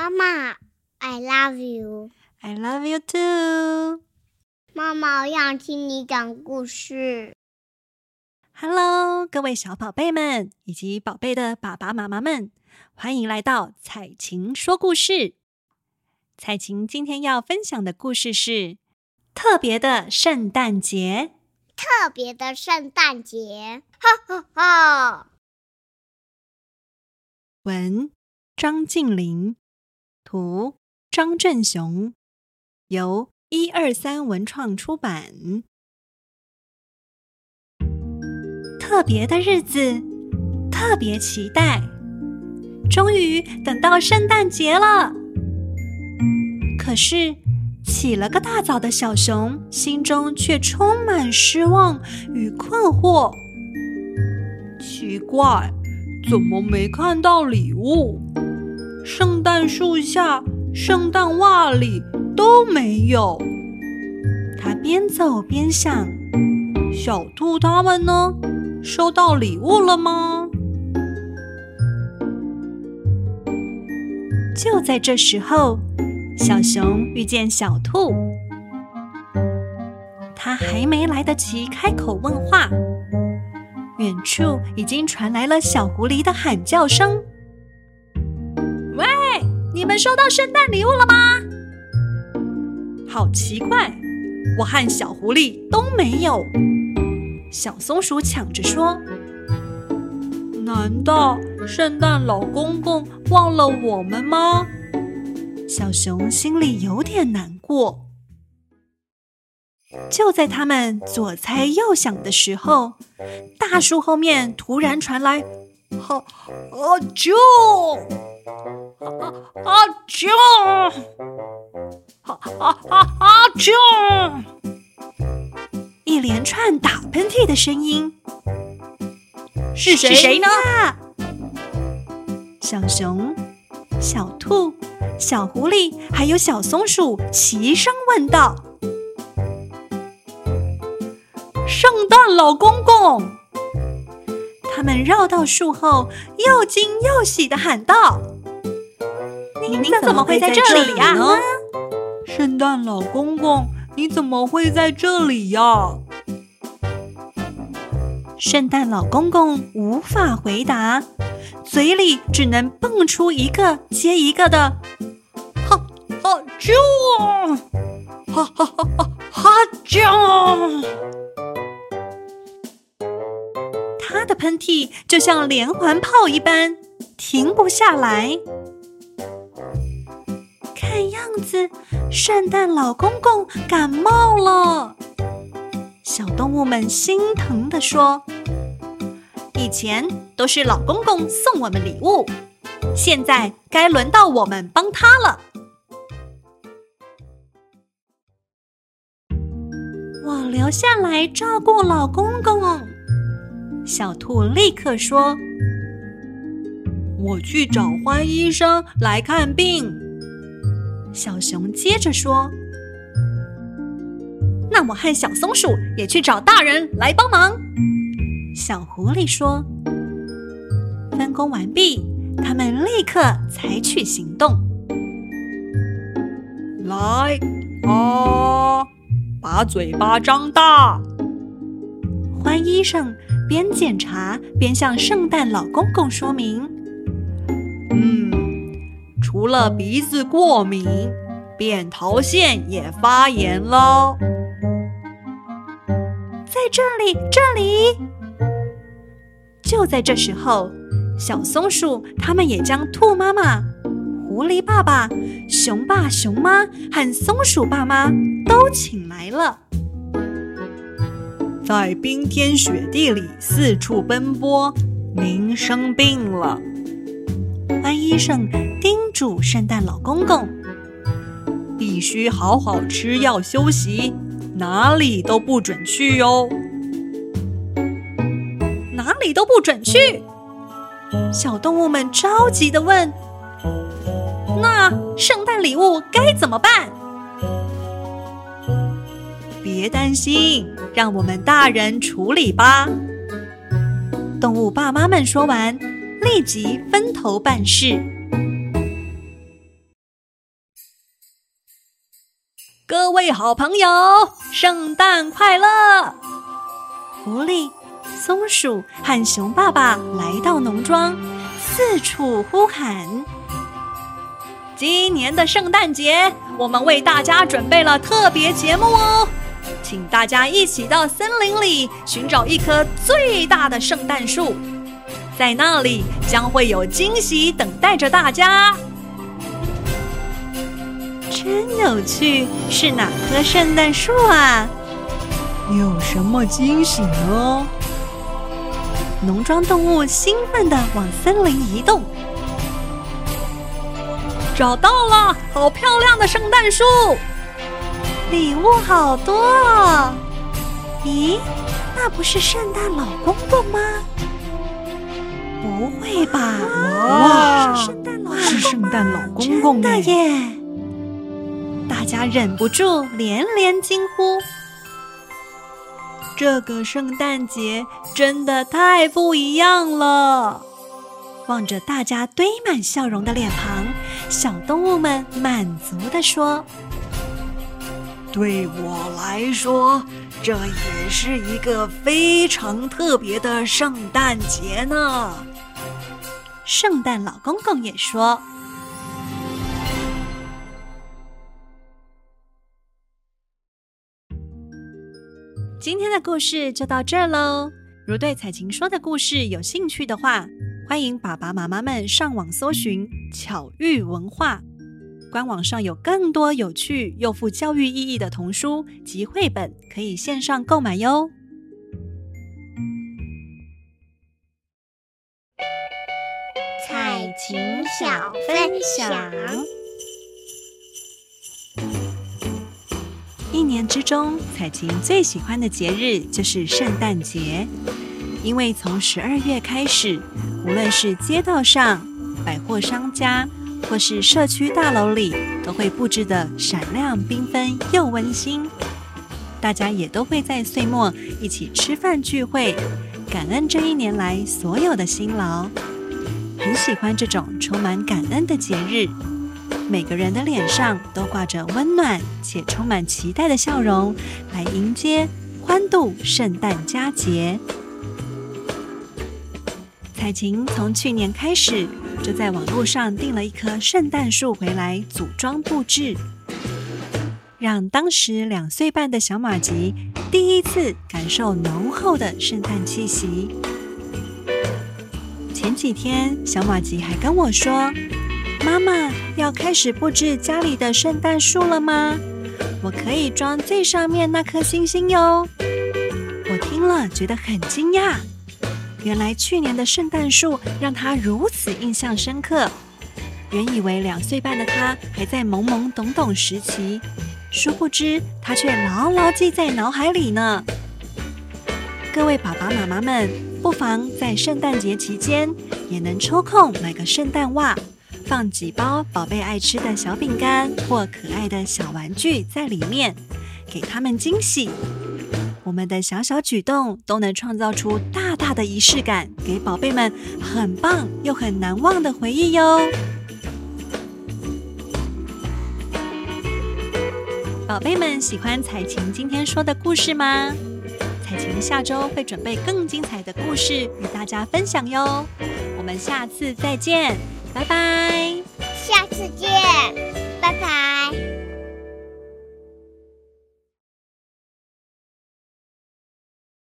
妈妈 I love you. I love you too. 妈妈，我想听你讲故事。 Hello， 各位小宝贝们以及宝贝的爸爸妈妈们，欢迎来到彩琴说故事。彩琴今天要分享的故事是特别的圣诞节。 特别的圣诞节，哈哈哈！ 文张静玲，图张正雄，由123文创出版。特别的日子，特别期待，终于等到圣诞节了。可是起了个大早的小熊心中却充满失望与困惑。奇怪，怎么没看到礼物？圣诞树下、圣诞袜里都没有。他边走边想，小兔他们呢？收到礼物了吗？就在这时候，小熊遇见小兔，他还没来得及开口问话，远处已经传来了小狐狸的喊叫声：喂，你们收到圣诞礼物了吗？好奇怪，我和小狐狸都没有。小松鼠抢着说：难道圣诞老公公忘了我们吗？小熊心里有点难过。就在他们左猜右想的时候，大树后面突然传来啾啾，一连串打喷嚏的声音。是谁呢？小熊、小兔、小狐狸还有小松鼠齐声问道：圣诞老公公！他们绕到树后，又惊又喜地喊道：您怎么会在这里啊？圣诞老公公，你怎么会在这里呀？圣诞老公公无法回答，嘴里只能蹦出一个接一个的啾，啾。他的喷嚏就像连环炮一般，停不下来。看样子，圣诞老公公感冒了。小动物们心疼地说：以前都是老公公送我们礼物，现在该轮到我们帮他了。我留下来照顾老公公。小兔立刻说：我去找獾医生来看病。小熊接着说：那我和小松鼠也去找大人来帮忙。小狐狸说：分工完毕，他们立刻采取行动。来把嘴巴张大。獾医生边检查边向圣诞老公公说明：除了鼻子过敏，扁桃腺也发炎了。在这里！就在这时候，小松鼠他们也将兔妈妈、狐狸爸爸、熊爸熊妈和松鼠爸妈都请来了。在冰天雪地里四处奔波，您生病了。獾医生叮嘱圣诞老公公：必须好好吃药休息，哪里都不准去哟。哪里都不准去？小动物们着急地问：那圣诞礼物该怎么办？别担心，让我们大人处理吧。动物爸妈们说完，立即分头办事。 位好朋友，圣诞快乐！狐狸、松鼠和熊爸爸来到农庄，四处呼喊。今年的圣诞节，我们为大家准备了特别节目哦，请大家一起到森林里寻找一棵最大的圣诞树，在那里将会有惊喜等待着大家。真有趣，是哪棵圣诞树啊？有什么惊喜呢？农庄动物兴奋地往森林移动。找到了，好漂亮的圣诞树！礼物好多哦！咦，那不是圣诞老公公吗？不会吧？ 哇， 是圣诞老公公， 真的耶！大家忍不住连连惊呼。这个圣诞节真的太不一样了！望着大家堆满笑容的脸庞，小动物们满足地说： 对我来说，这也是一个非常特别的圣诞节呢。 圣诞老公公也说。今天的故事就到这儿喽。如对彩琴说的故事有兴趣的话，欢迎爸爸妈妈们上网搜寻巧育文化，官网上有更多有趣又富教育意义的童书及绘本，可以线上购买哟。 彩琴小分享。 一年之中，彩琴最喜欢的节日就是圣诞节，因为从12月开始，无论是街道上、百货商家，或是社区大楼里，都会布置得闪亮缤纷又温馨。大家也都会在岁末一起吃饭聚会，感恩这一年来所有的辛劳。很喜欢这种充满感恩的节日。每个人的脸上都挂着温暖且充满期待的笑容，来迎接欢度圣诞佳节。彩琴从去年开始就在网络上订了一棵圣诞树回来组装布置，让当时2岁半的小马吉第一次感受浓厚的圣诞气息。前几天小马吉还跟我说，妈妈，要开始布置家里的圣诞树了吗？我可以装最上面那颗星星哟。我听了觉得很惊讶，原来去年的圣诞树让他如此印象深刻。原以为2岁半的他还在懵懵懂懂时期，殊不知他却牢牢记在脑海里呢。各位爸爸妈妈们，不妨在圣诞节期间也能抽空买个圣诞袜，放几包宝贝爱吃的小饼干或可爱的小玩具在里面，给他们惊喜。我们的小小举动都能创造出大大的仪式感，给宝贝们很棒又很难忘的回忆哟。宝贝们喜欢彩琴今天说的故事吗？彩琴下周会准备更精彩的故事与大家分享哟。我们下次再见，拜拜， 下次见。